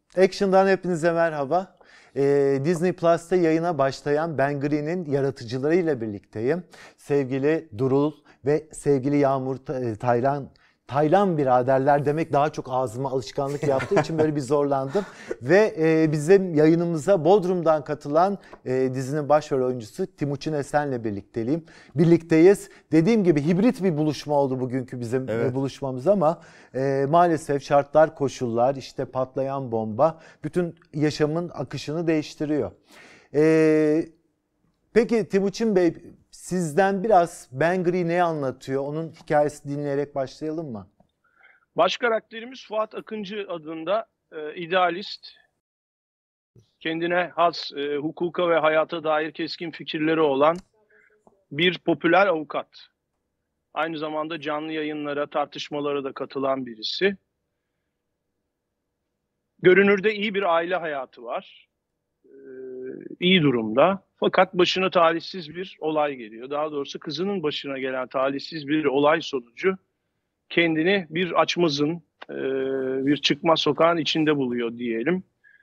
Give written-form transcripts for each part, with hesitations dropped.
Action'dan hepinize merhaba. Disney Plus'ta yayına başlayan Ben Green'in yaratıcılarıyla birlikteyim. Sevgili Durul ve sevgili Yağmur Taylan biraderler demek daha çok ağzıma alışkanlık yaptığı için böyle bir zorlandım. Ve bizim yayınımıza Bodrum'dan katılan dizinin başrol oyuncusu Timuçin Esen'le birlikteyiz. Dediğim gibi hibrit bir buluşma oldu bugünkü bizim buluşmamız ama maalesef şartlar, koşullar, işte patlayan bomba bütün yaşamın akışını değiştiriyor. Peki Timuçin Bey, sizden biraz Ben Green ne anlatıyor? Onun hikayesini dinleyerek başlayalım mı? Baş karakterimiz Fuat Akıncı adında idealist, kendine has hukuka ve hayata dair keskin fikirleri olan bir popüler avukat. Aynı zamanda canlı yayınlara, tartışmalara da katılan birisi. Görünürde iyi bir aile hayatı var. İyi durumda. Fakat başına talihsiz bir olay geliyor. Daha doğrusu kızının başına gelen talihsiz bir olay sonucu kendini bir açmazın, bir çıkmaz sokağın içinde buluyor diyelim.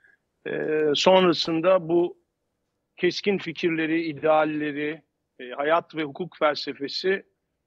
Sonrasında bu keskin fikirleri, idealleri, hayat ve hukuk felsefesi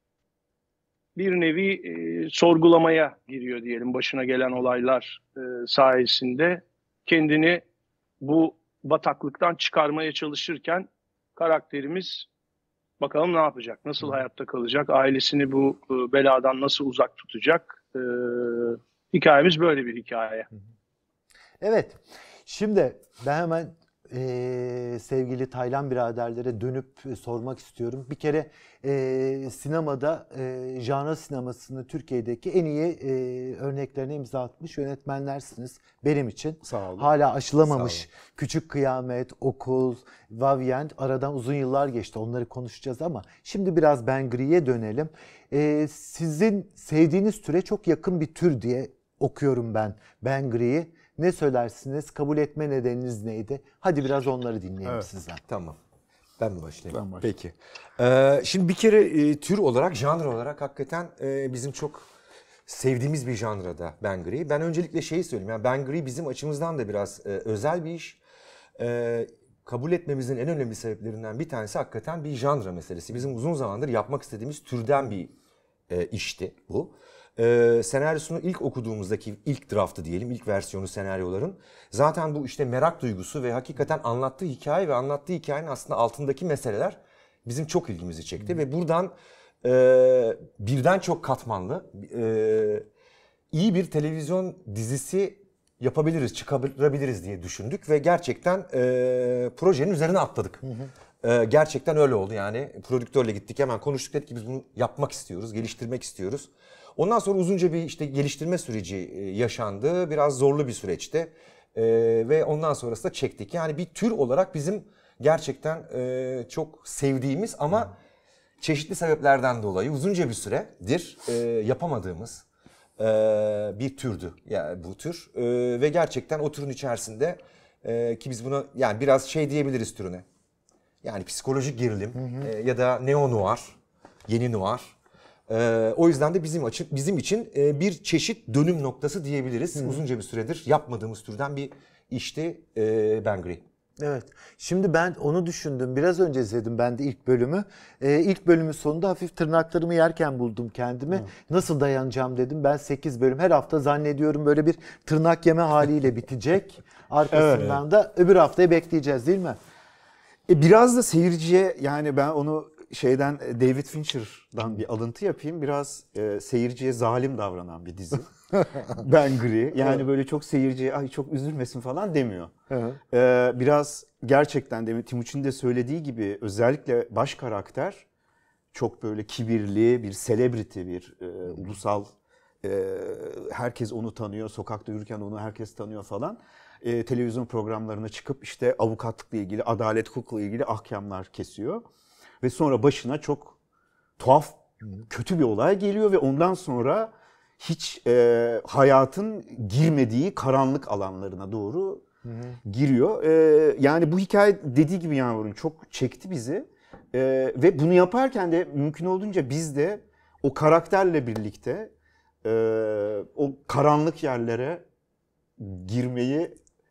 bir nevi sorgulamaya giriyor diyelim başına gelen olaylar sayesinde. Kendini bu bataklıktan çıkarmaya çalışırken karakterimiz bakalım ne yapacak, nasıl hayatta kalacak, ailesini bu beladan nasıl uzak tutacak. Hikayemiz böyle bir hikaye. Evet, şimdi ben hemen sevgili Taylan biraderlere dönüp sormak istiyorum. Bir kere sinemada, janra sinemasını Türkiye'deki en iyi örneklerine imza atmış yönetmenlersiniz benim için. Sağ olun. Hala aşılamamış Küçük Kıyamet, Okul, Vavient, aradan uzun yıllar geçti. Onları konuşacağız ama şimdi biraz Ben Green'e dönelim. Sizin sevdiğiniz türe çok yakın bir tür diye okuyorum ben Ben Green'i. Ne söylersiniz? Kabul etme nedeniniz neydi? Hadi biraz onları dinleyelim sizden. Tamam. Ben mi başlayayım? Ben başlayayım. Peki. Şimdi bir kere tür olarak, janr olarak hakikaten bizim çok sevdiğimiz bir janrada Ben Green. Ben öncelikle şeyi söyleyeyim. Yani Ben Green bizim açımızdan da biraz özel bir iş. Kabul etmemizin en önemli sebeplerinden bir tanesi hakikaten bir janra meselesi. Bizim uzun zamandır yapmak istediğimiz türden bir işti bu. Senaryosunu ilk okuduğumuzdaki ilk draftı diyelim, ilk versiyonu senaryoların zaten bu işte merak duygusu ve hakikaten anlattığı hikaye ve anlattığı hikayenin aslında altındaki meseleler bizim çok ilgimizi çekti ve buradan birden çok katmanlı iyi bir televizyon dizisi yapabiliriz, çıkarabiliriz diye düşündük ve gerçekten projenin üzerine atladık. Gerçekten öyle oldu yani. Prodüktörle gittik, hemen konuştuk, dedik ki biz bunu yapmak istiyoruz, geliştirmek istiyoruz. Ondan sonra uzunca bir işte geliştirme süreci yaşandı. Biraz zorlu bir süreçti. Ve ondan sonrasında çektik. Yani bir tür olarak bizim gerçekten çok sevdiğimiz ama çeşitli sebeplerden dolayı uzunca bir süredir yapamadığımız bir türdü. Yani bu tür. Ve gerçekten o türün içerisinde ki biz buna yani biraz şey diyebiliriz türüne. Yani psikolojik gerilim ya da neo-noir, yeni noir. O yüzden de bizim için bir çeşit dönüm noktası diyebiliriz. Uzunca bir süredir yapmadığımız türden bir işti Ben Green. Evet. Şimdi ben onu düşündüm. Biraz önce izledim ben de ilk bölümü. İlk bölümün sonunda hafif tırnaklarımı yerken buldum kendimi. Nasıl dayanacağım dedim. Ben 8 bölüm her hafta zannediyorum böyle bir tırnak yeme haliyle bitecek. Arkasından da öbür haftayı bekleyeceğiz değil mi? Biraz da seyirciye, yani ben onu David Fincher'dan bir alıntı yapayım. Biraz seyirciye zalim davranan bir dizi. Ben Green. Yani böyle çok seyirciye ay çok üzülmesin falan demiyor. Biraz gerçekten demin Timuçin de söylediği gibi özellikle baş karakter çok böyle kibirli bir celebrity, bir ulusal, herkes onu tanıyor. Sokakta yürürken onu herkes tanıyor falan. Televizyon programlarına çıkıp işte avukatlıkla ilgili, adalet hukukla ilgili ahkamlar kesiyor. Ve sonra başına çok tuhaf, kötü bir olay geliyor ve ondan sonra hiç hayatın girmediği karanlık alanlarına doğru giriyor. Yani bu hikaye dediği gibi Yağmur'un çok çekti bizi. Ve bunu yaparken de mümkün olduğunca biz de o karakterle birlikte o karanlık yerlere girmeyi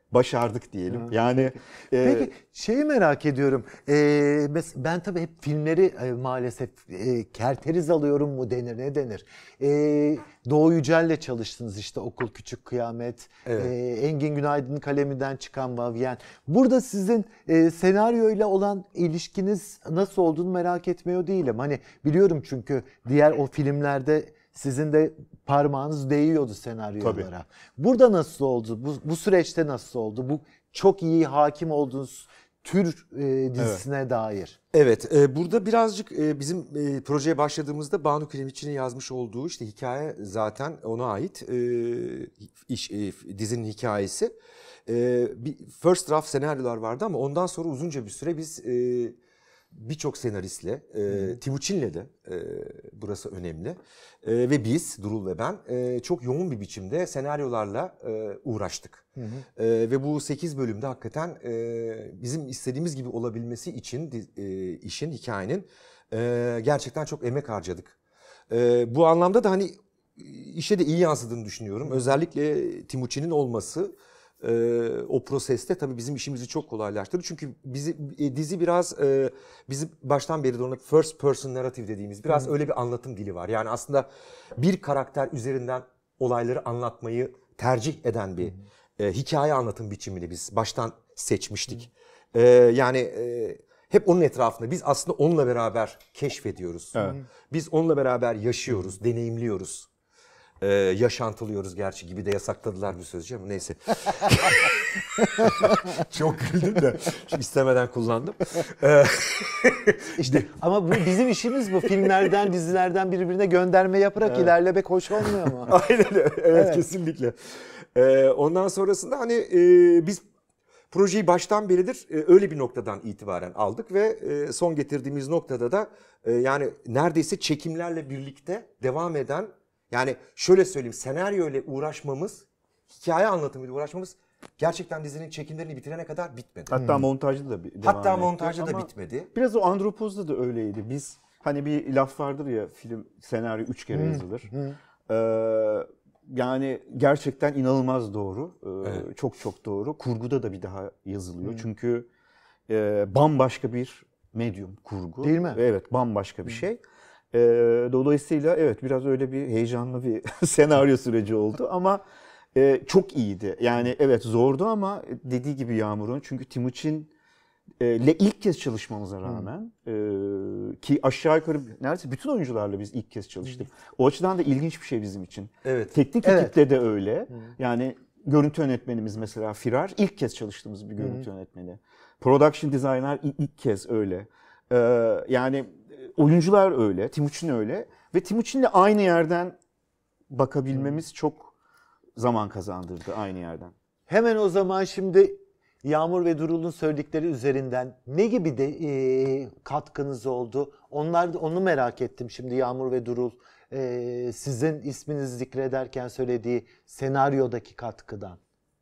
başardık diyelim. Yani Peki şeyi merak ediyorum. Ben tabii hep filmleri maalesef kerteriz alıyorum mu denir, ne denir? Doğu Yücel'le çalıştınız işte Okul Küçük Kıyamet. Evet. Engin Günaydın'ın kaleminden çıkan Vavyen. Burada sizin senaryoyla olan ilişkiniz nasıl olduğunu merak etmiyor değilim. Hani biliyorum çünkü diğer o filmlerde sizin de parmağınız değiyordu senaryolara. Tabii. Burada nasıl oldu? Bu süreçte nasıl oldu? Bu çok iyi hakim olduğunuz tür dizisine dair. Evet, burada birazcık bizim projeye başladığımızda Banu Kiremitçi'nin yazmış olduğu işte hikaye zaten ona ait dizinin hikayesi. Bir first draft senaryolar vardı ama ondan sonra uzunca bir süre biz birçok senaristle, Timuçin'le de burası önemli ve biz, Durul ve ben çok yoğun bir biçimde senaryolarla uğraştık. Ve bu 8 bölümde hakikaten bizim istediğimiz gibi olabilmesi için işin, hikayenin gerçekten çok emek harcadık. Bu anlamda da hani işe de iyi yansıdığını düşünüyorum. Özellikle Timuçin'in olması o proseste tabii bizim işimizi çok kolaylaştırdı. Çünkü dizi biraz bizim baştan beri de ona first person narrative dediğimiz biraz öyle bir anlatım dili var. Yani aslında bir karakter üzerinden olayları anlatmayı tercih eden bir hikaye anlatım biçimini biz baştan seçmiştik. Yani hep onun etrafında biz aslında onunla beraber keşfediyoruz. Evet. Biz onunla beraber yaşıyoruz, deneyimliyoruz. Yaşantılıyoruz gerçi gibi de yasakladılar bu sözcüğü ama neyse. Çok güldüm de istemeden kullandım. İşte ama bu bizim işimiz bu. Filmlerden, dizilerden birbirine gönderme yaparak ilerlemek hoş olmuyor mu? Aynen öyle. Evet, kesinlikle. Ondan sonrasında hani biz projeyi baştan beridir öyle bir noktadan itibaren aldık ve son getirdiğimiz noktada da yani neredeyse çekimlerle birlikte devam eden, yani şöyle söyleyeyim, senaryo ile uğraşmamız, hikaye anlatımıyla uğraşmamız gerçekten dizinin çekimlerini bitirene kadar bitmedi. hatta montajda da devam Hatta etti. montajda da Ama bitmedi. biraz o Andropoz'da da öyleydi. Biz hani bir laf vardır ya, film senaryo 3 kere yazılır. Yani gerçekten inanılmaz doğru. Evet. Çok çok doğru. Kurguda da bir daha yazılıyor. Çünkü bambaşka bir medyum kurgu. Değil mi? Evet, bambaşka bir şey. Dolayısıyla evet, biraz öyle bir heyecanlı bir senaryo süreci oldu ama çok iyiydi. Yani evet, zordu ama dediği gibi Yağmur'un, çünkü Timuçin ile ilk kez çalışmamıza rağmen ki aşağı yukarı neredeyse bütün oyuncularla biz ilk kez çalıştık. O açıdan da ilginç bir şey bizim için. Evet. Teknik ekipte de öyle. Yani görüntü yönetmenimiz mesela Firar, ilk kez çalıştığımız bir görüntü yönetmeni. Production designer ilk kez öyle. Yani oyuncular öyle, Timuçin öyle ve Timuçin'le aynı yerden bakabilmemiz çok zaman kazandırdı, aynı yerden. Hemen o zaman şimdi Yağmur ve Durul'un söyledikleri üzerinden ne gibi de katkınız oldu? Onu merak ettim şimdi, Yağmur ve Durul. Sizin isminizi zikrederken söylediği senaryodaki katkıdan.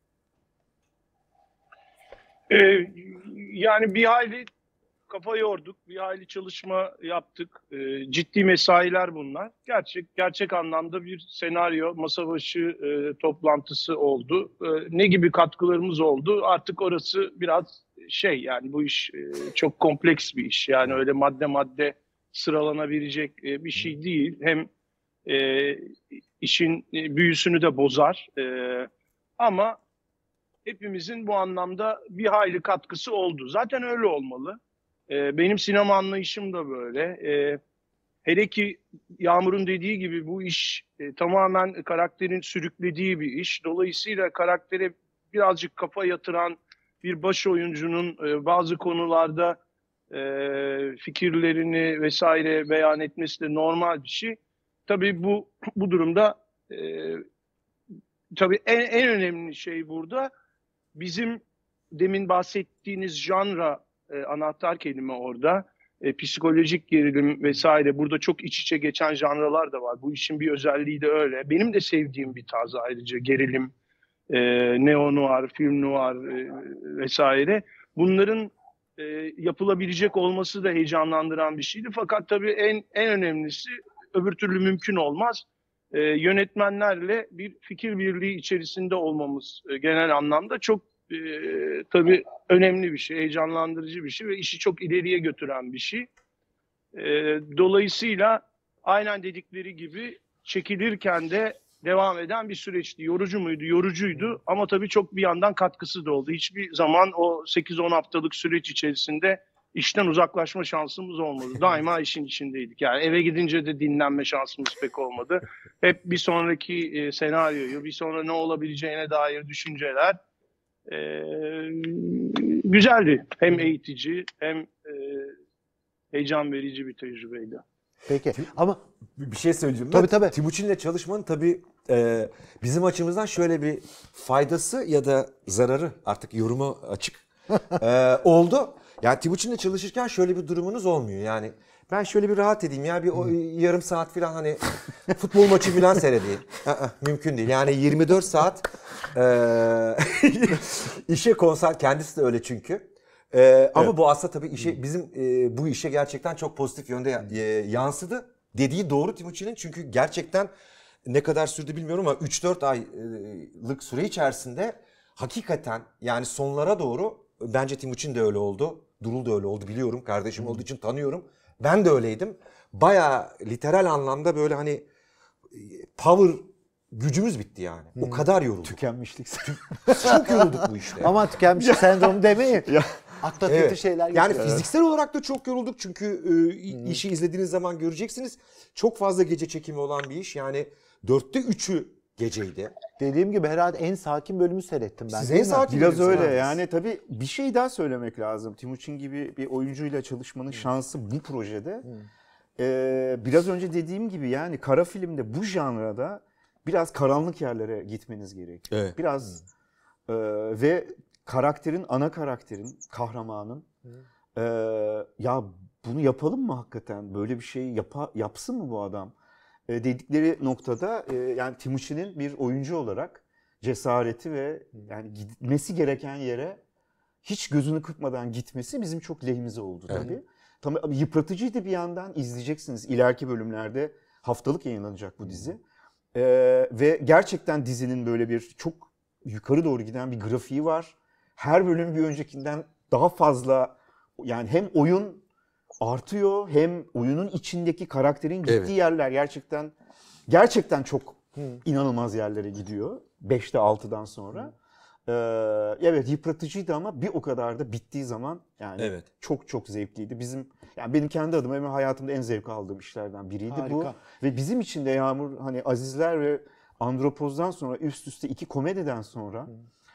Yani bir hayli kafa yorduk, bir hayli çalışma yaptık. Ciddi mesailer bunlar. Gerçek anlamda bir senaryo masa başı toplantısı oldu. Ne gibi katkılarımız oldu? Artık orası biraz yani bu iş çok kompleks bir iş. Yani öyle madde madde sıralanabilecek bir şey değil. Hem işin büyüsünü de bozar. Ama hepimizin bu anlamda bir hayli katkısı oldu. Zaten öyle olmalı. Benim sinema anlayışım da böyle. Hele ki Yağmur'un dediği gibi bu iş tamamen karakterin sürüklediği bir iş. Dolayısıyla karaktere birazcık kafa yatıran bir baş oyuncunun bazı konularda fikirlerini vesaire beyan etmesi de normal bir şey. Tabii bu durumda tabii en önemli şey burada bizim demin bahsettiğiniz janra anahtar kelime orada. Psikolojik gerilim vesaire, burada çok iç içe geçen janralar da var. Bu işin bir özelliği de öyle. Benim de sevdiğim bir tarz ayrıca gerilim, neo-noir, film noir vesaire. Bunların yapılabilecek olması da heyecanlandıran bir şeydi. Fakat tabii en önemlisi, öbür türlü mümkün olmaz. Yönetmenlerle bir fikir birliği içerisinde olmamız genel anlamda çok tabii önemli bir şey, heyecanlandırıcı bir şey ve işi çok ileriye götüren bir şey. Dolayısıyla aynen dedikleri gibi çekilirken de devam eden bir süreçti. Yorucu muydu? Yorucuydu ama tabii çok bir yandan katkısı da oldu. Hiçbir zaman o 8-10 haftalık süreç içerisinde işten uzaklaşma şansımız olmadı. Daima işin içindeydik. Yani eve gidince de dinlenme şansımız pek olmadı. Hep bir sonraki senaryoyu, bir sonra ne olabileceğine dair düşünceler. Güzeldi. Hem eğitici hem heyecan verici bir tecrübeydi. Peki ama Bir şey söyleyeceğim. Tabii. Timuçin'le çalışmanın tabii bizim açımızdan şöyle bir faydası ya da zararı, artık yorumu açık oldu. Yani Timuçin'le çalışırken şöyle bir durumunuz olmuyor. Yani ben şöyle bir rahat edeyim ya, bir yarım saat falan hani futbol maçı falan seyredeyim. Mümkün değil. Yani 24 saat işe konsantre, kendisi de öyle çünkü. Ama bu aslında tabii bizim bu işe gerçekten çok pozitif yönde yansıdı. Dediği doğru Timuçin'in, çünkü gerçekten ne kadar sürdü bilmiyorum ama 3-4 aylık süre içerisinde hakikaten yani sonlara doğru bence Timuçin de öyle oldu. Durul da öyle oldu, biliyorum. Kardeşim olduğu için tanıyorum. Ben de öyleydim. Bayağı literal anlamda böyle hani power gücümüz bitti yani. O kadar yorulduk. Tükenmişlik. Çok yorulduk bu işte. ama tükenmişlik sendromu demeyin. Ya, Akla Evet. kötü şeyler Yani geliyor. fiziksel olarak da çok yorulduk çünkü işi izlediğiniz zaman göreceksiniz. Çok fazla gece çekimi olan bir iş. Yani 4'te 3'ü geceydi. Dediğim gibi herhalde en sakin bölümü seyrettim ben. Siz değil en mi? sakin Biraz bölümü öyle seyrettiniz. yani, tabii bir şey daha söylemek lazım. Timuçin gibi bir oyuncuyla çalışmanın şansı bu projede. Biraz önce dediğim gibi yani kara filmde, bu janrada biraz karanlık yerlere gitmeniz gerekiyor. Evet. Biraz ve ana karakterin, kahramanın ya bunu yapalım mı hakikaten? Böyle bir şey yapsın mı bu adam? Dedikleri noktada yani Timuçin'in bir oyuncu olarak cesareti ve yani gitmesi gereken yere hiç gözünü kırpmadan gitmesi bizim çok lehimize oldu tabii. Tam yıpratıcıydı bir yandan, izleyeceksiniz ileriki bölümlerde, haftalık yayınlanacak bu dizi. Ve gerçekten dizinin böyle bir çok yukarı doğru giden bir grafiği var. Her bölüm bir öncekinden daha fazla, yani hem oyun artıyor hem oyunun içindeki karakterin gittiği yerler gerçekten çok inanılmaz yerlere gidiyor 5'te 6'dan sonra. Evet, yıpratıcıydı ama bir o kadar da bittiği zaman yani çok çok zevkliydi. Yani benim kendi adıma benim hayatımda en zevk aldığım işlerden biriydi bu. Harika. Ve bizim için de Yağmur, hani Azizler ve Andropoz'dan sonra, üst üste 2 komediden sonra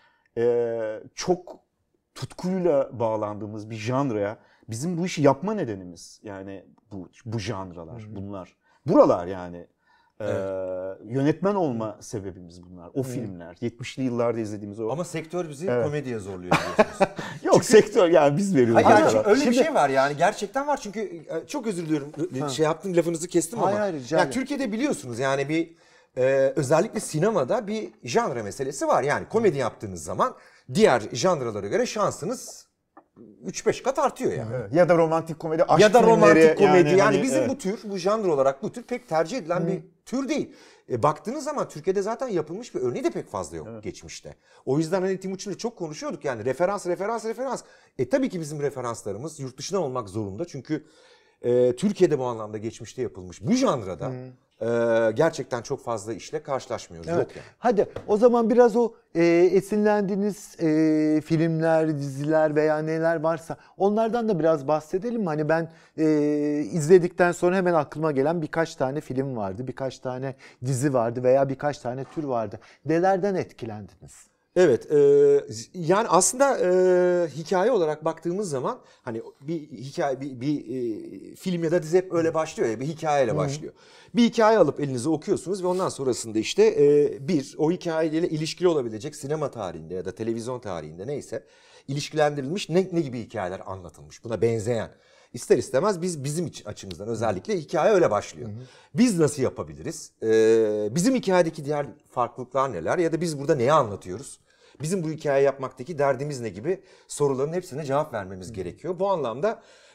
çok tutkuyla bağlandığımız bir janraya, bizim bu işi yapma nedenimiz yani bu janralar, buralar yani. Yönetmen olma sebebimiz bunlar. O filmler. 70'li yıllarda izlediğimiz o. Ama sektör bizi komediye zorluyor biliyorsunuz. Yok, sektör yani biz veriyoruz. Hayır, yani Mesela. öyle bir şey var yani, gerçekten var çünkü çok özür diliyorum şey yaptım, lafınızı kestim ama. Hayır, rica yani ederim. Türkiye'de biliyorsunuz yani bir özellikle sinemada bir janra meselesi var. Yani komedi yaptığınız zaman diğer janralara göre şansınız 3-5 kat artıyor yani. Evet. Ya da romantik komedi, aşk Ya da romantik filmleri, komedi yani, hani, bizim evet. bu janr olarak bu tür pek tercih edilen bir tür değil. Baktığınız zaman Türkiye'de zaten yapılmış bir örneği de pek fazla yok geçmişte. O yüzden hani Timuçin'le çok konuşuyorduk yani, referans. Tabii ki bizim referanslarımız yurt dışından olmak zorunda çünkü Türkiye'de bu anlamda geçmişte yapılmış bu janrada gerçekten çok fazla işle karşılaşmıyoruz. Evet. Yok yani. Hadi o zaman biraz o esinlendiğiniz filmler, diziler veya neler varsa onlardan da biraz bahsedelim mi? Hani ben izledikten sonra hemen aklıma gelen birkaç tane film vardı, birkaç tane dizi vardı veya birkaç tane tür vardı. Nelerden etkilendiniz? Evet, yani aslında hikaye olarak baktığımız zaman hani bir hikaye, bir film ya da dizi hep öyle başlıyor ya, bir hikayeyle başlıyor. Bir hikaye alıp elinize okuyorsunuz ve ondan sonrasında işte o hikayeyle ilişkili olabilecek sinema tarihinde ya da televizyon tarihinde neyse ilişkilendirilmiş ne gibi hikayeler anlatılmış, buna benzeyen. İster istemez bizim açımızdan özellikle hikaye öyle başlıyor. Biz nasıl yapabiliriz? Bizim hikayedeki diğer farklılıklar neler? Ya da biz burada neyi anlatıyoruz? Bizim bu hikaye yapmaktaki derdimiz ne gibi soruların hepsine cevap vermemiz gerekiyor. Bu anlamda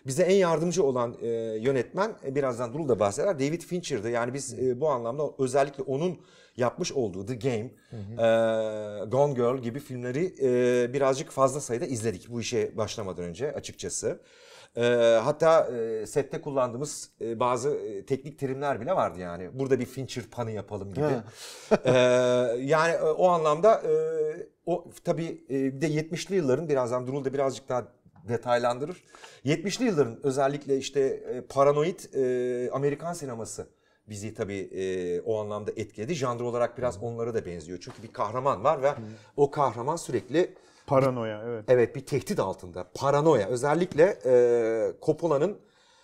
Bize en yardımcı olan yönetmen, birazdan Duru da bahseder, David Fincher'dı. Yani biz bu anlamda özellikle onun yapmış olduğu The Game, Gone Girl gibi filmleri birazcık fazla sayıda izledik bu işe başlamadan önce açıkçası. Hatta sette kullandığımız bazı teknik terimler bile vardı yani. Burada bir Fincher panı yapalım gibi. Yani o anlamda o tabii de 70'li yılların, birazdan Durul da birazcık daha detaylandırır. 70'li yılların özellikle işte paranoid Amerikan sineması bizi tabii o anlamda etkiledi. Janr olarak biraz onlara da benziyor. Çünkü bir kahraman var ve o kahraman sürekli Paranoya, evet. evet, bir tehdit altında. Paranoya. Özellikle Coppola'nın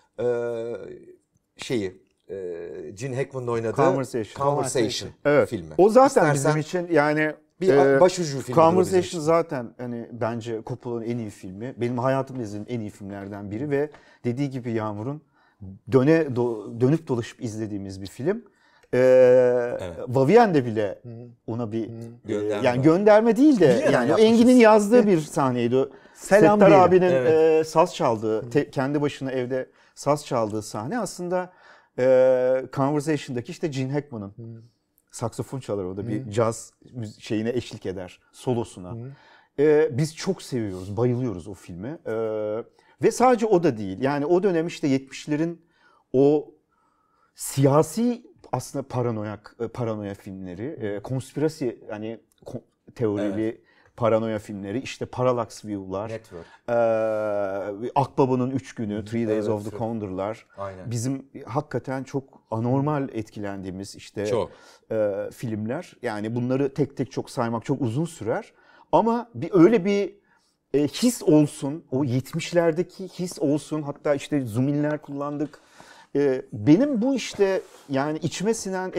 Gene Hackman'ın oynadığı Conversation Evet. filmi. O zaten İstersen bizim için yani bir başucu filmi. Conversation zaten hani bence Coppola'nın en iyi filmi. Benim hayatımda izlediğim en iyi filmlerden biri ve dediği gibi Yağmur'un dönüp dolaşıp izlediğimiz bir film. Vivienne de bile ona bir yani gönderme değil de yani Engin'in yazdığı bir sahneydi. O Selam Settar diyelim. abinin saz çaldığı, kendi başına evde saz çaldığı sahne aslında Conversation'daki işte Gene Hackman'ın saksafon çalar, o da bir caz şeyine eşlik eder, solosuna. Biz çok seviyoruz, bayılıyoruz o filme. Ve sadece o da değil. Yani o dönem işte 70'lerin o siyasi aslında paranoya filmleri, konspirasi hani teorili paranoya filmleri, işte Parallax View'lar, Network. Akbaba'nın 3 günü, Three Days of the Condor'lar. Aynen. Bizim hakikaten çok anormal etkilendiğimiz işte filmler. Yani bunları tek tek çok saymak çok uzun sürer. Ama öyle bir his olsun, o 70'lerdeki his olsun, hatta işte zoom inler kullandık. Benim bu işte yani içime sinen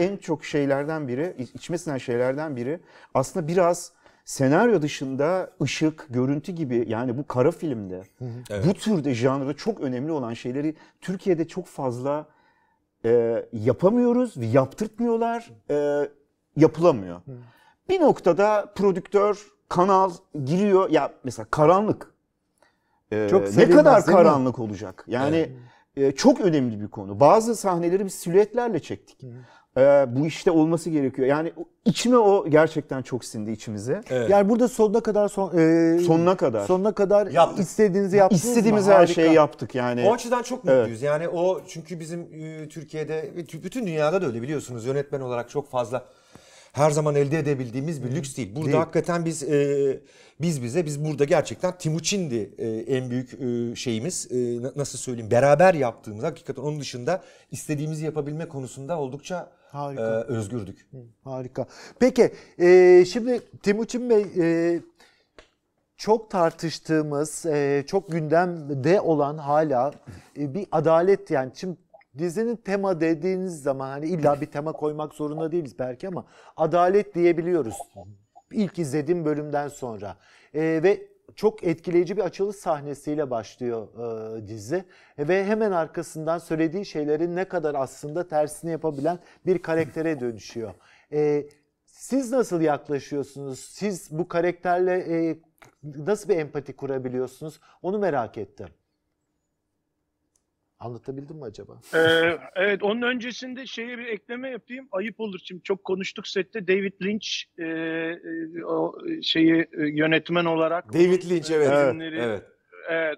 şeylerden biri aslında biraz senaryo dışında ışık, görüntü gibi, yani bu kara filmde bu türde janrda çok önemli olan şeyleri Türkiye'de çok fazla yapamıyoruz ve yaptırtmıyorlar, yapılamıyor. Bir noktada prodüktör, kanal giriyor ya, mesela karanlık. Çok Ne kadar sevilmez, değil mi? karanlık olacak? Yani çok önemli bir konu. Bazı sahneleri biz silüetlerle çektik. Bu işte olması gerekiyor. Yani içime o gerçekten çok sindi, içimize. Evet. Yani burada sonuna kadar Sonuna kadar Yaptık. istediğinizi yaptınız mı? İstediğimiz her Harika. şeyi yaptık yani. O açıdan çok mutluyuz. Yani o, çünkü bizim Türkiye'de ve bütün dünyada da öyle, biliyorsunuz, yönetmen olarak çok fazla her zaman elde edebildiğimiz bir lüks değil. Burada hakikaten biz burada gerçekten Timuçin'di en büyük şeyimiz. Nasıl söyleyeyim? Beraber yaptığımız, hakikaten onun dışında istediğimizi yapabilme konusunda oldukça özgürdük. Harika. Peki şimdi Timuçin Bey, çok tartıştığımız, çok gündemde olan hala bir adalet, yani şimdi dizinin tema dediğiniz zaman hani illa bir tema koymak zorunda değiliz belki ama adalet diyebiliyoruz. İlk izlediğim bölümden sonra ve çok etkileyici bir açılış sahnesiyle başlıyor dizi ve hemen arkasından söylediği şeylerin ne kadar aslında tersini yapabilen bir karaktere dönüşüyor. Siz nasıl yaklaşıyorsunuz? Siz bu karakterle nasıl bir empati kurabiliyorsunuz? Onu merak ettim. Anlatabildim mi acaba? Evet, onun öncesinde şeye bir ekleme yapayım. Ayıp olur, şimdi çok konuştuk sette. David Lynch o şeyi yönetmen olarak. David Lynch, evet. Filmleri, evet,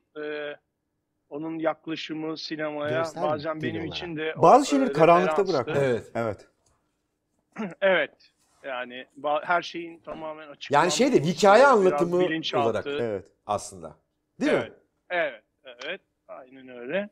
onun yaklaşımı sinemaya Görsel bazen dil benim olarak. için de Bazı şeyleri karanlıkta referanstı. bırakmak. Evet. Evet. Yani her şeyin tamamen açıklanması. Yani hikaye biraz anlatımı bilinçaltı. olarak Evet. aslında. Değil mi? Evet. Aynen öyle.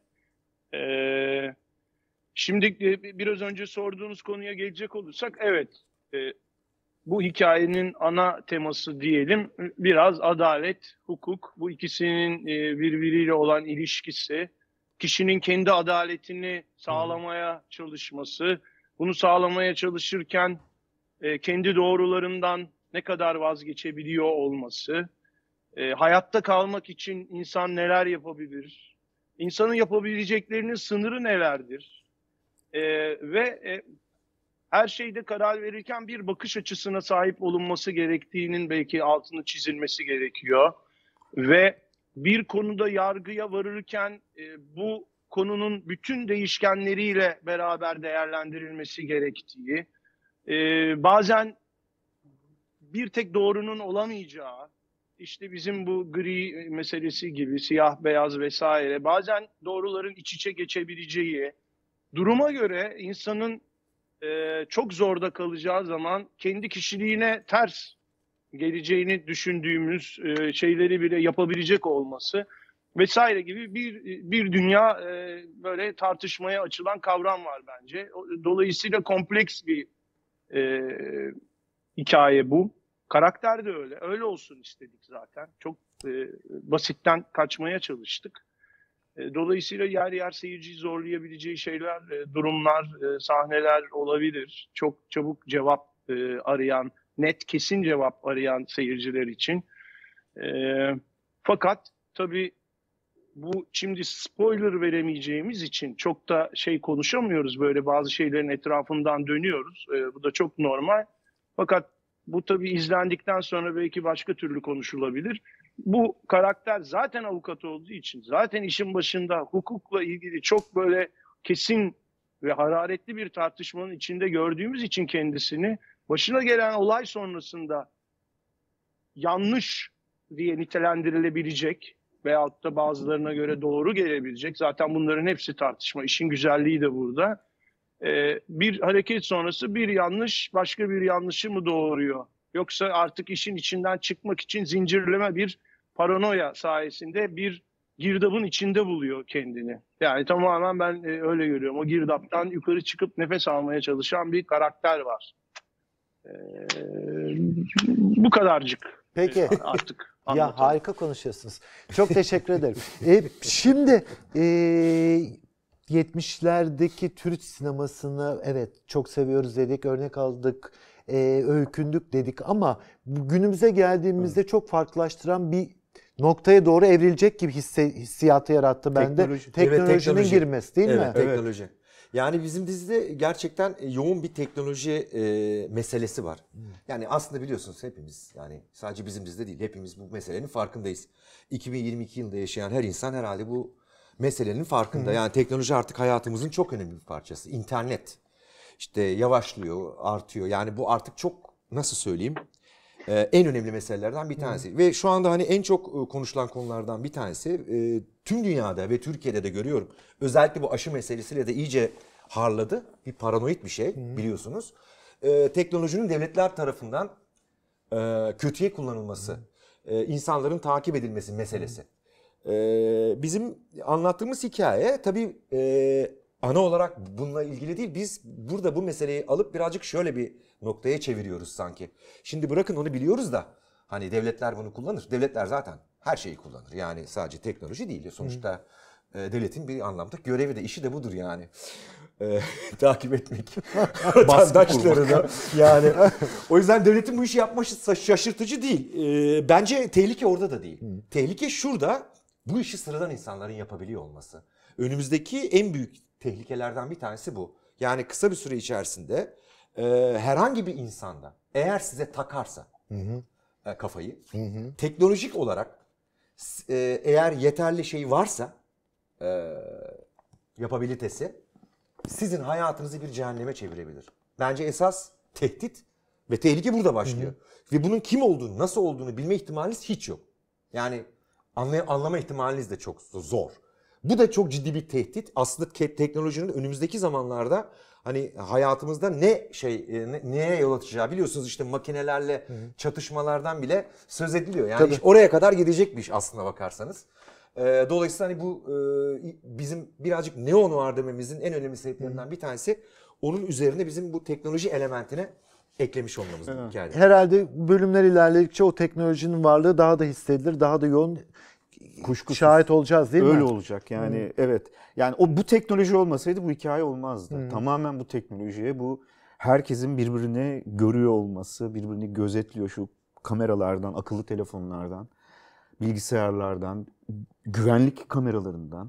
Şimdi biraz önce sorduğunuz konuya gelecek olursak, evet, bu hikayenin ana teması diyelim biraz adalet, hukuk, bu ikisinin birbiriyle olan ilişkisi, kişinin kendi adaletini sağlamaya çalışması, bunu sağlamaya çalışırken kendi doğrularından ne kadar vazgeçebiliyor olması, hayatta kalmak için insan neler yapabilir, İnsanın yapabileceklerinin sınırı nelerdir? Ve her şeyde karar verirken bir bakış açısına sahip olunması gerektiğinin belki altını çizilmesi gerekiyor. Ve bir konuda yargıya varırken bu konunun bütün değişkenleriyle beraber değerlendirilmesi gerektiği, bazen bir tek doğrunun olamayacağı, işte bizim bu gri meselesi gibi siyah beyaz vesaire, bazen doğruların iç içe geçebileceği, duruma göre insanın çok zorda kalacağı zaman kendi kişiliğine ters geleceğini düşündüğümüz şeyleri bile yapabilecek olması vesaire gibi bir dünya böyle tartışmaya açılan kavram var bence. Dolayısıyla kompleks bir hikaye bu. Karakter de öyle. Öyle olsun istedik zaten. Çok basitten kaçmaya çalıştık. Dolayısıyla yer yer seyirciyi zorlayabileceği şeyler, durumlar, sahneler olabilir. Çok çabuk cevap arayan, net kesin cevap arayan seyirciler için. Fakat tabii bu şimdi spoiler veremeyeceğimiz için çok da şey konuşamıyoruz. Böyle bazı şeylerin etrafından dönüyoruz. Bu da çok normal. Fakat bu tabii izlendikten sonra belki başka türlü konuşulabilir. Bu karakter zaten avukat olduğu için, zaten işin başında hukukla ilgili çok böyle kesin ve hararetli bir tartışmanın içinde gördüğümüz için kendisini, başına gelen olay sonrasında yanlış diye nitelendirilebilecek veyahut da bazılarına göre doğru gelebilecek, zaten bunların hepsi tartışma, işin güzelliği de burada. Bir hareket sonrası bir yanlış başka bir yanlışı mı doğuruyor? Yoksa artık işin içinden çıkmak için zincirleme bir paranoya sayesinde bir girdabın içinde buluyor kendini. Yani tamamen ben öyle görüyorum. O girdaptan yukarı çıkıp nefes almaya çalışan bir karakter var. Bu kadarcık. Peki. Artık Ya anlatalım. harika konuşuyorsunuz. Çok teşekkür ederim. Şimdi 70'lerdeki Türk sinemasını evet çok seviyoruz dedik, örnek aldık, öykündük dedik ama günümüze geldiğimizde çok farklılaştıran bir noktaya doğru evrilecek gibi hissiyatı yarattı bende. Teknoloji. Teknolojinin Evet, teknoloji. girmesi değil mi? Evet, teknoloji. Yani bizim dizide gerçekten yoğun bir teknoloji meselesi var. Yani aslında biliyorsunuz hepimiz, yani sadece bizim dizide değil, hepimiz bu meselenin farkındayız. 2022 yılında yaşayan her insan herhalde bu meselenin farkında. Yani teknoloji artık hayatımızın çok önemli bir parçası. İnternet işte yavaşlıyor, artıyor. Yani bu artık çok, nasıl söyleyeyim, en önemli meselelerden bir tanesi. Ve şu anda hani en çok konuşulan konulardan bir tanesi tüm dünyada ve Türkiye'de de görüyorum. Özellikle bu aşı meselesiyle de iyice harladı. Bir paranoid bir şey biliyorsunuz. Teknolojinin devletler tarafından kötüye kullanılması, insanların takip edilmesi meselesi. Bizim anlattığımız hikaye tabii ana olarak bununla ilgili değil. Biz burada bu meseleyi alıp birazcık şöyle bir noktaya çeviriyoruz sanki. Şimdi bırakın onu biliyoruz da hani devletler bunu kullanır. Devletler zaten her şeyi kullanır. Yani sadece teknoloji değil. Sonuçta devletin bir anlamda görevi de işi de budur yani. Takip etmek. Vatandaşlarını. Yani o yüzden devletin bu işi yapması şaşırtıcı değil. Bence tehlike orada da değil. Tehlike şurada, bu işi sıradan insanların yapabiliyor olması. Önümüzdeki en büyük tehlikelerden bir tanesi bu. Yani kısa bir süre içerisinde herhangi bir insanda eğer size takarsa kafayı, teknolojik olarak eğer yeterli şey varsa yapabilitesi, sizin hayatınızı bir cehenneme çevirebilir. Bence esas tehdit ve tehlike burada başlıyor. Ve bunun kim olduğunu, nasıl olduğunu bilme ihtimaliniz hiç yok. Yani anlama ihtimaliniz de çok zor. Bu da çok ciddi bir tehdit. Aslında teknolojinin önümüzdeki zamanlarda hani hayatımızda neye yol açacağı, biliyorsunuz işte makinelerle çatışmalardan bile söz ediliyor. Yani iş oraya kadar gidecekmiş aslına bakarsanız. Dolayısıyla hani bu bizim birazcık neon var dememizin en önemli sebeplerinden bir tanesi, onun üzerine bizim bu teknoloji elementine eklemiş olmamız bu hikayede. Herhalde bölümler ilerledikçe o teknolojinin varlığı daha da hissedilir, daha da yoğun şahit olacağız değil mi? Öyle olacak yani, evet. Yani bu teknoloji olmasaydı bu hikaye olmazdı. Tamamen bu teknolojiye, bu herkesin birbirini görüyor olması, birbirini gözetliyor şu kameralardan, akıllı telefonlardan, bilgisayarlardan, güvenlik kameralarından.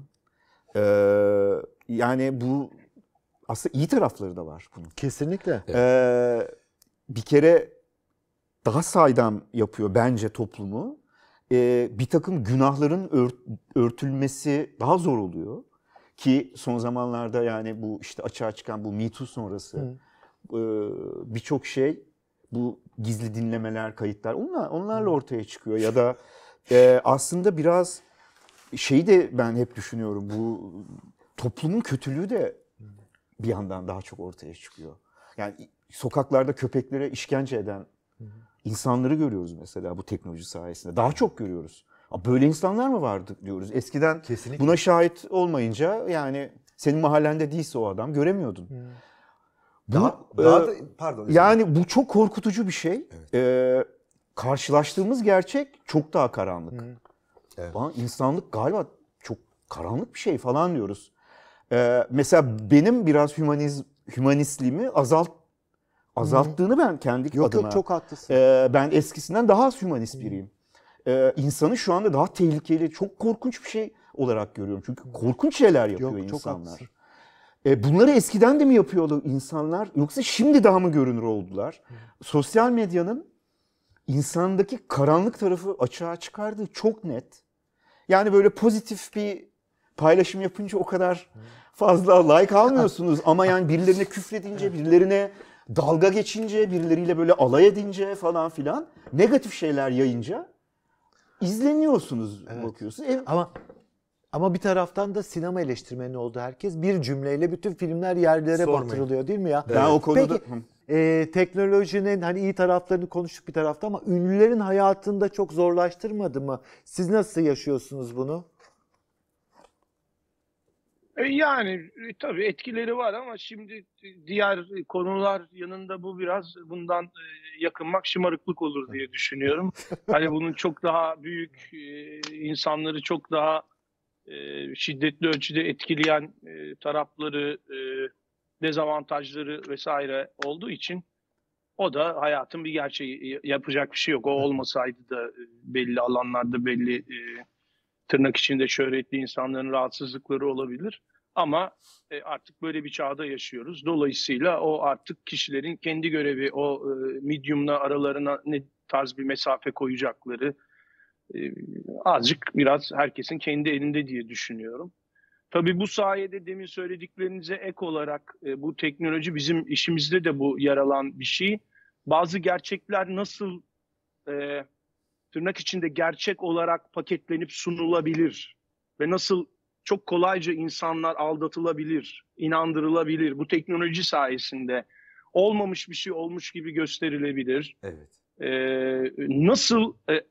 Yani bu aslında iyi tarafları da var bunun. Kesinlikle. Bir kere daha saydam yapıyor bence toplumu. bir takım günahların örtülmesi daha zor oluyor. Ki son zamanlarda yani bu işte açığa çıkan bu Me Too sonrası birçok şey, bu gizli dinlemeler, kayıtlar onlarla ortaya çıkıyor. Ya da aslında biraz şeyi de ben hep düşünüyorum, bu toplumun kötülüğü de bir yandan daha çok ortaya çıkıyor. Yani sokaklarda köpeklere işkence eden insanları görüyoruz mesela bu teknoloji sayesinde. Daha çok görüyoruz. Böyle insanlar mı vardı diyoruz. Eskiden Kesinlikle. buna şahit olmayınca yani senin mahallende değilse o adam göremiyordun. Daha Bu, da pardon. yani bu çok korkutucu bir şey. Karşılaştığımız gerçek çok daha karanlık. Evet. İnsanlık galiba çok karanlık bir şey falan diyoruz. Mesela benim biraz hümanistliğimi azalttığını ben kendi adıma. Yok çok haklısın. Ben eskisinden daha az hümanist biriyim. İnsanı şu anda daha tehlikeli, çok korkunç bir şey olarak görüyorum. Çünkü korkunç şeyler yapıyor Yok, çok insanlar. haklısın. Bunları eskiden de mi yapıyordu insanlar, yoksa şimdi daha mı görünür oldular? Sosyal medyanın insandaki karanlık tarafı açığa çıkardığı çok net. Yani böyle pozitif bir paylaşım yapınca o kadar fazla like almıyorsunuz ama yani birilerine küfredince, birilerine dalga geçince, birileriyle böyle alay edince falan filan, negatif şeyler yayınca izleniyorsunuz, bakıyorsunuz. Ama bir taraftan da sinema eleştirmeni oldu herkes. Bir cümleyle bütün filmler yerlere Sormayın. batırılıyor değil mi ya? Ben o konuda... Peki teknolojinin hani iyi taraflarını konuştuk bir tarafta ama ünlülerin hayatını da çok zorlaştırmadı mı? Siz nasıl yaşıyorsunuz bunu? Yani tabii etkileri var ama şimdi diğer konular yanında bu biraz bundan yakınmak şımarıklık olur diye düşünüyorum. Hani bunun çok daha büyük, insanları çok daha şiddetli ölçüde etkileyen tarafları, dezavantajları vesaire olduğu için o da hayatın bir gerçeği. Yapacak bir şey yok. O olmasaydı da belli alanlarda belli tırnak içinde şöhretli insanların rahatsızlıkları olabilir. Ama artık böyle bir çağda yaşıyoruz. Dolayısıyla o artık kişilerin kendi görevi, o medium'la aralarına ne tarz bir mesafe koyacakları azıcık biraz herkesin kendi elinde diye düşünüyorum. Tabii bu sayede demin söylediklerinize ek olarak bu teknoloji bizim işimizde de bu yer alan bir şey. Bazı gerçekler nasıl tırnak içinde gerçek olarak paketlenip sunulabilir ve nasıl çok kolayca insanlar aldatılabilir, inandırılabilir. Bu teknoloji sayesinde olmamış bir şey olmuş gibi gösterilebilir. Evet. Nasıl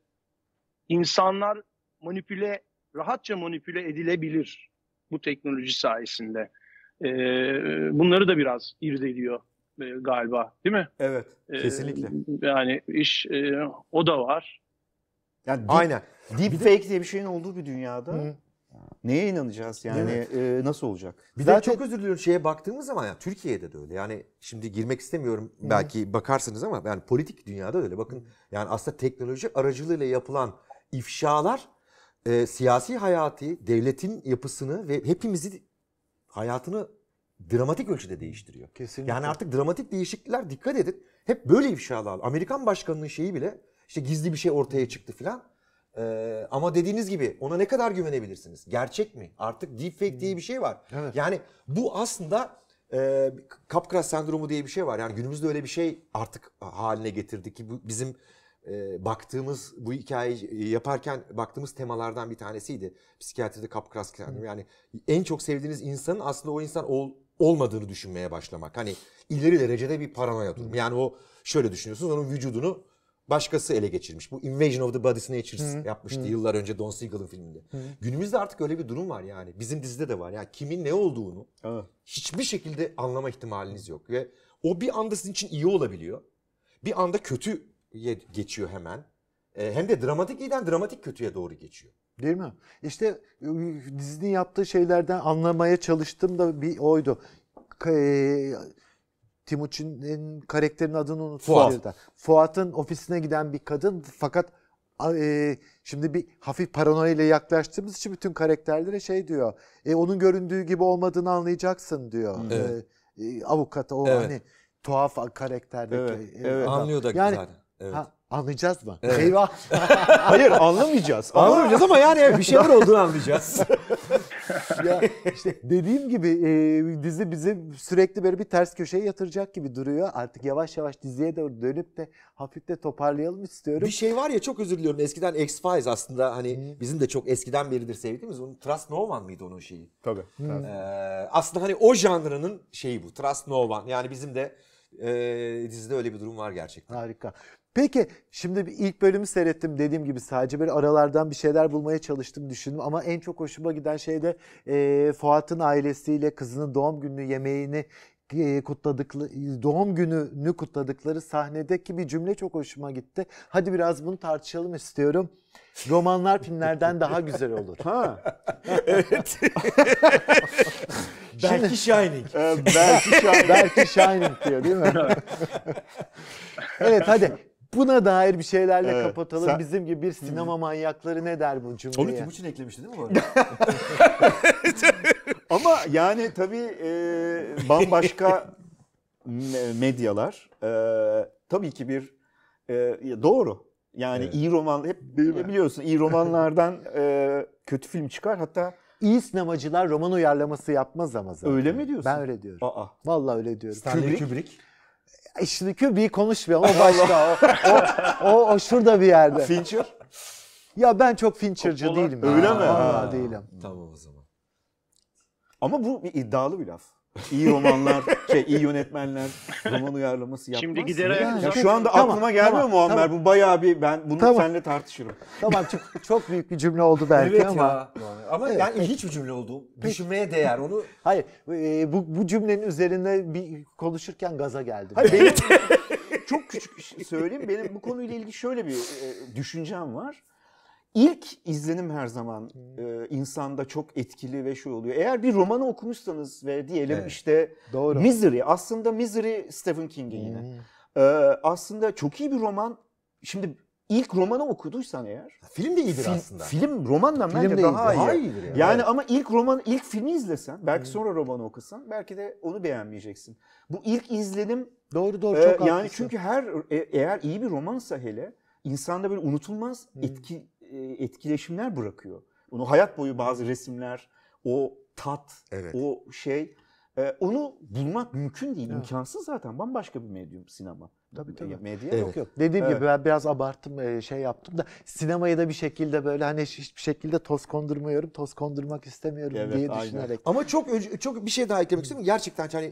insanlar rahatça manipüle edilebilir bu teknoloji sayesinde. Bunları da biraz irdeliyor galiba, değil mi? Evet. Kesinlikle. Yani iş o da var. Yani Aynen. deepfake diye bir şeyin olduğu bir dünyada neye inanacağız yani, nasıl olacak? Bir Zaten- de çok özür diliyorum, şeye baktığımız zaman ya Türkiye'de de öyle. Yani şimdi girmek istemiyorum, belki bakarsınız ama yani politik dünyada öyle. Bakın yani aslında teknoloji aracılığıyla yapılan ifşalar siyasi hayatı, devletin yapısını ve hepimizi hayatını dramatik ölçüde değiştiriyor. Kesinlikle. Yani artık dramatik değişiklikler, dikkat edin, hep böyle ifşalar. Amerikan başkanının şeyi bile işte gizli bir şey ortaya çıktı filan. Ama dediğiniz gibi ona ne kadar güvenebilirsiniz? Gerçek mi? Artık deepfake diye bir şey var. Evet. Yani bu aslında Capgras sendromu diye bir şey var. Yani günümüzde öyle bir şey artık haline getirdi ki bu bizim baktığımız, bu hikayeyi yaparken baktığımız temalardan bir tanesiydi. Psikiyatride Capgras sendromu. Yani en çok sevdiğiniz insanın aslında o insan olmadığını düşünmeye başlamak. Hani ileri derecede bir paranoya durum. Yani o şöyle düşünüyorsunuz, onun vücudunu başkası ele geçirmiş. Bu Invasion of the Body Snatchers yapmıştı yıllar önce Don Siegel'ın filminde. Günümüzde artık öyle bir durum var yani. Bizim dizide de var. Yani kimin ne olduğunu hiçbir şekilde anlama ihtimaliniz yok. Ve o bir anda sizin için iyi olabiliyor. Bir anda kötüye geçiyor hemen. Hem de dramatik iyiden dramatik kötüye doğru geçiyor. Değil mi? İşte dizinin yaptığı şeylerden anlamaya çalıştım da bir oydu. Timuçin'in karakterinin adını unuttum. Fuat. Fuat'ın ofisine giden bir kadın fakat şimdi bir hafif paranoya ile yaklaştığımız için bütün karakterlere şey diyor. Onun göründüğü gibi olmadığını anlayacaksın diyor. Evet. Avukat o Evet. hani tuhaf karakterdeki Evet, adam. Anlıyor da yani, zaten. Evet. Ha, anlayacağız mı? Evet. Eyvah. Hayır anlamayacağız. Anlamayacağız ama yani bir şeyler olduğunu anlayacağız. Ya işte dediğim gibi dizi bizi sürekli böyle bir ters köşeye yatıracak gibi duruyor. Artık yavaş yavaş diziye doğru dönüp de hafif de toparlayalım istiyorum. Bir şey var ya, çok özür diliyorum. Eskiden X-Files aslında hani bizim de çok eskiden beridir sevdiğimiz. Onun Trust No One mıydı onun şeyi? Tabii. Aslında hani o janrının şeyi bu. Trust No One. Yani bizim de dizide öyle bir durum var gerçekten. Harika. Peki şimdi ilk bölümü seyrettim, dediğim gibi sadece böyle aralardan bir şeyler bulmaya çalıştım, düşündüm ama en çok hoşuma giden şey de Fuat'ın ailesiyle kızının doğum günü yemeğini doğum gününü kutladıkları sahnedeki bir cümle çok hoşuma gitti. Hadi biraz bunu tartışalım istiyorum. Romanlar filmlerden daha güzel olur. Ha. Evet. Belki Shining. Belki Shining diyor değil mi? Evet hadi. Buna dair bir şeylerle Evet, kapatalım. sen- Bizim gibi bir sinema manyakları ne der bu cümleye? Onu Timuçin eklemişti değil mi bu arada? Ama yani tabii bambaşka medyalar tabii ki bir doğru. Yani Evet. iyi roman hep biliyorsun iyi romanlardan kötü film çıkar hatta İyi sinemacılar roman uyarlaması yapmaz ama zaten. öyle mi diyorsun? Ben öyle diyorum. Aa. Vallahi öyle diyorum. Stanley Kubrick. İşte Kubrick'i konuşmayalım. O başka. o şurada bir yerde. Fincher. Ya ben çok Fincher'cı Coppola. değilim. Öyle mi? Vallahi Ha. değilim. Tamam o zaman. Ama bu bir iddialı bir laf. İyi romanlar, iyi yönetmenler roman uyarlaması yapmaz. Şimdi giderek Yani, Ya uzak- şu anda Tamam, aklıma gelmiyor tamam, Muammer. tamam. Bu bayağı bir ben bunu Tamam. seninle tartışırım. Tamam çok büyük bir cümle oldu belki ama. Ama Evet, yani ilginç bir cümle oldu. Düşünmeye değer onu. Hayır bu cümlenin üzerine bir konuşurken gaza geldim. Hayır benim çok küçük söyleyeyim. Benim bu konuyla ilgili şöyle bir düşüncem var. İlk izlenim her zaman insanda çok etkili ve şey oluyor. Eğer bir romanı okumuşsanız ve diyelim Evet. işte Doğru. Misery. Aslında Misery Stephen King'in yine. Aslında çok iyi bir roman. Şimdi ilk romanı okuduysan eğer. Film de iyidir aslında. Film romandan Film bence de daha iyidir. iyi. Daha iyidir yani. Yani ama ilk filmi izlesen, belki sonra romanı okusan, belki de onu beğenmeyeceksin. Bu ilk izlenim Doğru çok yani haklısın. çünkü eğer iyi bir romansa hele insanda böyle unutulmaz etkileşimler bırakıyor. Onu hayat boyu bazı resimler, o tat, Evet. o şey onu bulmak mümkün değil, imkansız zaten. Bambaşka bir medyum sinema. Tabii. Medya. Evet. Yok. Dediğim Evet. gibi ben biraz abarttım şey yaptım da sinemayı da bir şekilde böyle hani hiçbir şekilde toz kondurmuyorum. Toz kondurmak istemiyorum Evet, diye aynen. düşünerek. Ama çok bir şey daha eklemek istiyorum. Gerçekten hani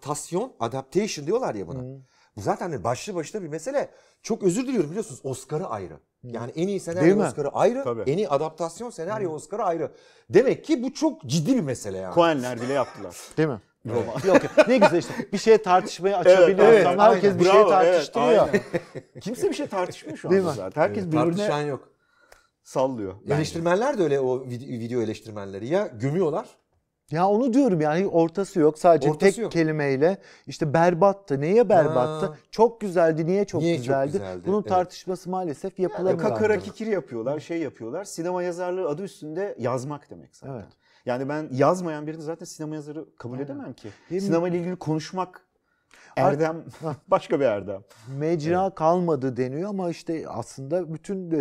adaptation diyorlar ya buna. Bu zaten hani başlı başına bir mesele. Çok özür diliyorum, biliyorsunuz Oscar'ı ayrı. Yani en iyi Değil senaryo mi? Oscar'ı ayrı, Tabii. en iyi adaptasyon senaryo Oscar'ı ayrı. Demek ki bu çok ciddi bir mesele yani. Coen'ler bile yaptılar. Değil mi? Roman. Yok ne güzel işte bir şey tartışmayı açabiliyorsam herkes bir şey Bravo, tartıştırıyor. evet, aynen. Kimse bir şey tartışmıyor şu Değil anda mi? zaten. Herkes Tartışan birbirine yok. sallıyor. Eleştirmenler de öyle, o video eleştirmenleri ya gömüyorlar. Ya onu diyorum yani ortası yok. Sadece Ortası tek yok. kelimeyle işte berbattı. Neye berbattı? Ha. Çok güzeldi. Niye çok Niye çok güzeldi? güzeldi? Bunun Evet. tartışması maalesef yapılamıyor. Kakara kikiri yapıyorlar, şey yapıyorlar. Sinema yazarlığı adı üstünde yazmak demek zaten. Evet. Yani ben yazmayan birini zaten sinema yazarı kabul edemem ki. Değil mi? Sinema ile ilgili konuşmak erdem, başka bir erdem. Mecra kalmadı deniyor ama işte aslında bütün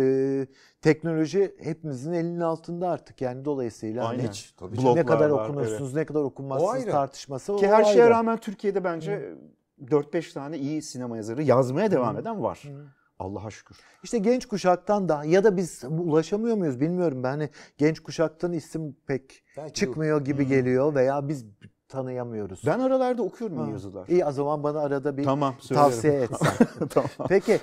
teknoloji hepimizin elinin altında artık yani dolayısıyla hani Aynen. Hiç, tabii Bloglar ne kadar var, okunursunuz ne kadar O okunmazsınız ayrı. tartışması Ki o her şeye ayrı. rağmen Türkiye'de bence 4-5 tane iyi sinema yazarı yazmaya devam eden var. Allah'a şükür. İşte genç kuşaktan da ya da biz ulaşamıyor muyuz bilmiyorum. Ben hani genç kuşaktan isim pek Belki çıkmıyor gibi geliyor veya biz tanıyamıyoruz. Ben aralarda okuyorum iyi yazılar. İyi o zaman bana arada bir Tamam, söylerim. tavsiye etsen. Tamam. Peki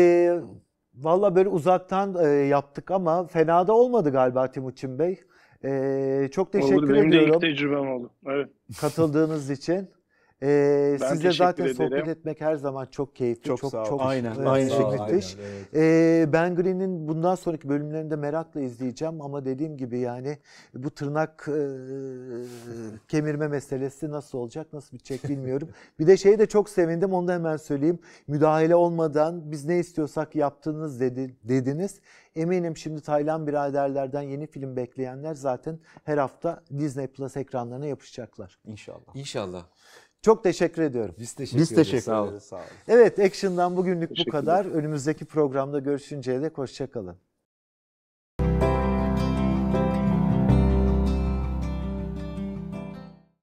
valla böyle uzaktan yaptık ama fena da olmadı galiba Timuçin Bey. Çok teşekkür Olur, benim de ilk ediyorum tecrübem oldu. Evet. katıldığınız için. Sizle teşekkür zaten sohbet ederim. etmek her zaman çok keyifli. Çok sağ ol. Aynen, aynı şekilde. müthiş. Aynen, evet. Ben Green'in bundan sonraki bölümlerini de merakla izleyeceğim ama dediğim gibi yani bu tırnak kemirme meselesi nasıl olacak, nasıl bitecek bilmiyorum. Bir de şeyi de çok sevindim, onu da hemen söyleyeyim. Müdahale olmadan biz ne istiyorsak yaptınız dediniz. Eminim şimdi Taylan biraderlerden yeni film bekleyenler zaten her hafta Disney Plus ekranlarına yapışacaklar. İnşallah. İnşallah. Çok teşekkür ediyorum. Biz teşekkür Biz ederiz. teşekkür Sağ olun. ederiz. Sağ olun. Evet, Action'dan bugünlük bu Teşekkürler. kadar. Önümüzdeki programda görüşünceye dek hoşça kalın.